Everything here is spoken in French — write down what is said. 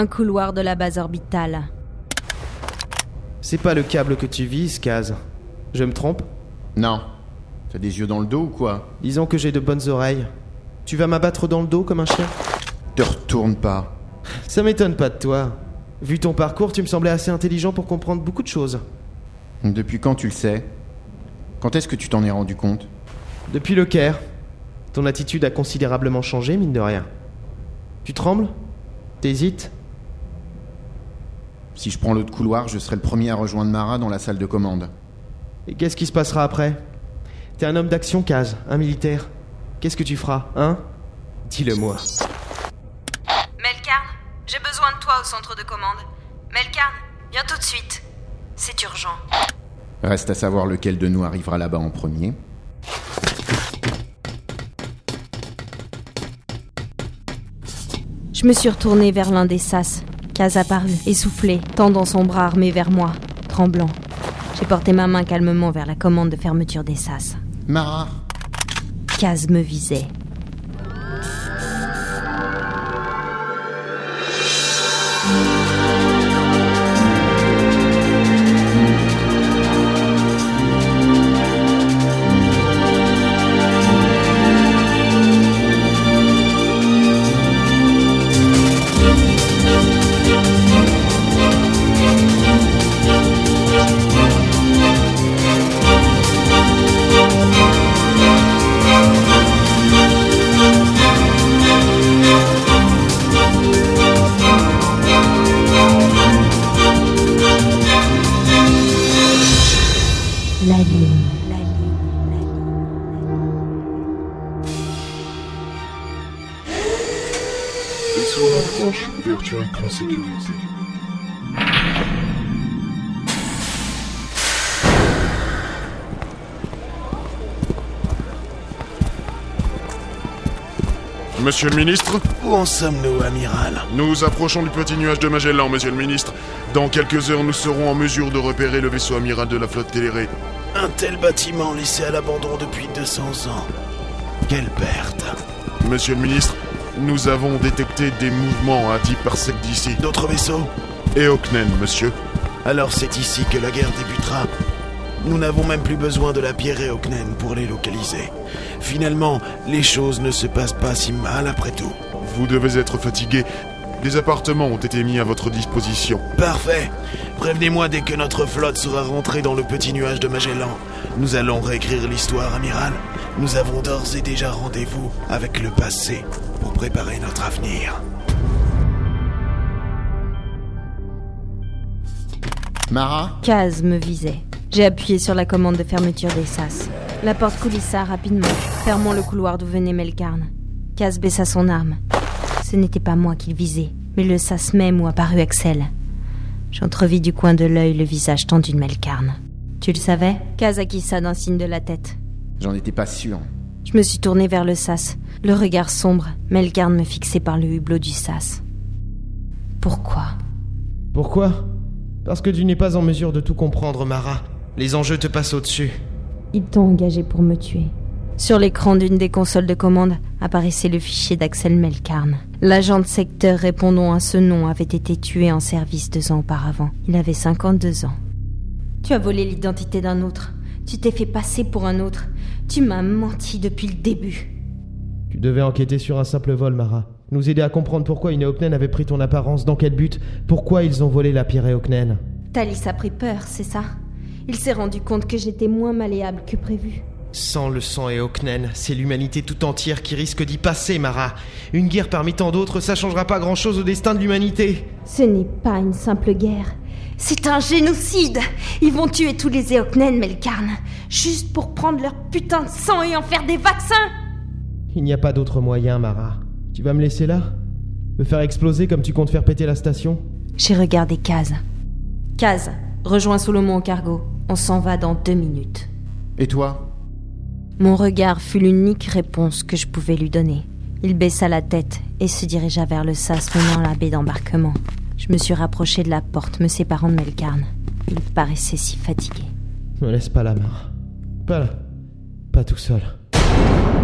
Un couloir de la base orbitale. C'est pas le câble que tu vises, Kaz. Je me trompe ? Non. T'as des yeux dans le dos ou quoi ? Disons que j'ai de bonnes oreilles. Tu vas m'abattre dans le dos comme un chien ? Te retourne pas. Ça m'étonne pas de toi. Vu ton parcours, tu me semblais assez intelligent pour comprendre beaucoup de choses. Depuis quand tu le sais ? Quand est-ce que tu t'en es rendu compte ? Depuis le Caire. Ton attitude a considérablement changé, mine de rien. Tu trembles ? T'hésites ? Si je prends l'autre couloir, je serai le premier à rejoindre Mara dans la salle de commande. Et qu'est-ce qui se passera après ? T'es un homme d'action, Kaz, un militaire. Qu'est-ce que tu feras, hein ? Dis-le-moi. Melkarn, j'ai besoin de toi au centre de commande. Melkarn, viens tout de suite. C'est urgent. Reste à savoir lequel de nous arrivera là-bas en premier. Je me suis retournée vers l'un des sas. Kaz apparut, essoufflé, tendant son bras armé vers moi, tremblant. J'ai porté ma main calmement vers la commande de fermeture des sas. Mara ! Kaz me visait. La ligne. Vaisseau d'approche, ouverture écran sécurisée. Monsieur le ministre ? Où en sommes-nous, amiral ? Nous approchons du petit nuage de Magellan, monsieur le ministre. Dans quelques heures, nous serons en mesure de repérer le vaisseau amiral de la flotte Téléré. Un tel bâtiment laissé à l'abandon depuis 200 ans. Quelle perte. Monsieur le ministre, nous avons détecté des mouvements à 10 parsecs d'ici. D'autres vaisseaux ? Eoknen, monsieur. Alors c'est ici que la guerre débutera. Nous n'avons même plus besoin de la pierre Eoknen pour les localiser. Finalement, les choses ne se passent pas si mal après tout. Vous devez être fatigué. Des appartements ont été mis à votre disposition. Parfait. Prévenez-moi dès que notre flotte sera rentrée dans le petit nuage de Magellan. Nous allons réécrire l'histoire, amiral. Nous avons d'ores et déjà rendez-vous avec le passé pour préparer notre avenir. Mara ? Kaz me visait. J'ai appuyé sur la commande de fermeture des sas. La porte coulissa rapidement, fermant le couloir d'où venait Melkarn. Kaz baissa son arme. Ce n'était pas moi qu'il visait, mais le sas même où apparut Axel. J'entrevis du coin de l'œil le visage tendu de Melkarn. Tu le savais ? Kaz acquiesça d'un signe de la tête. J'en étais pas sûr. Je me suis tournée vers le sas, le regard sombre, Melkarn me fixait par le hublot du sas. Pourquoi ? Pourquoi ? Parce que tu n'es pas en mesure de tout comprendre, Mara. Les enjeux te passent au-dessus. Ils t'ont engagé pour me tuer. Sur l'écran d'une des consoles de commande apparaissait le fichier d'Axel Melkarn. L'agent de secteur répondant à ce nom avait été tué en service 2 ans auparavant. Il avait 52 ans. Tu as volé l'identité d'un autre. Tu t'es fait passer pour un autre. Tu m'as menti depuis le début. Tu devais enquêter sur un simple vol, Mara. Nous aider à comprendre pourquoi une Eoknen avait pris ton apparence, dans quel but, pourquoi ils ont volé la pierre Eoknen. Talis a pris peur, c'est ça ? Il s'est rendu compte que j'étais moins malléable que prévu. Sans le sang Eoknen, c'est l'humanité tout entière qui risque d'y passer, Mara. Une guerre parmi tant d'autres, ça changera pas grand-chose au destin de l'humanité. Ce n'est pas une simple guerre. C'est un génocide. Ils vont tuer tous les Eoknen, Melkarn, juste pour prendre leur putain de sang et en faire des vaccins. Il n'y a pas d'autre moyen, Mara. Tu vas me laisser là ? Me faire exploser comme tu comptes faire péter la station ? J'ai regardé Kaz. Kaz, rejoins Solomon au cargo. On s'en va dans 2 minutes. Et toi ? Mon regard fut l'unique réponse que je pouvais lui donner. Il baissa la tête et se dirigea vers le sas menant à la baie d'embarquement. Je me suis rapproché de la porte me séparant de Melkarn. Il paraissait si fatigué. Me laisse pas là, Mara. Pas là. Pas tout seul.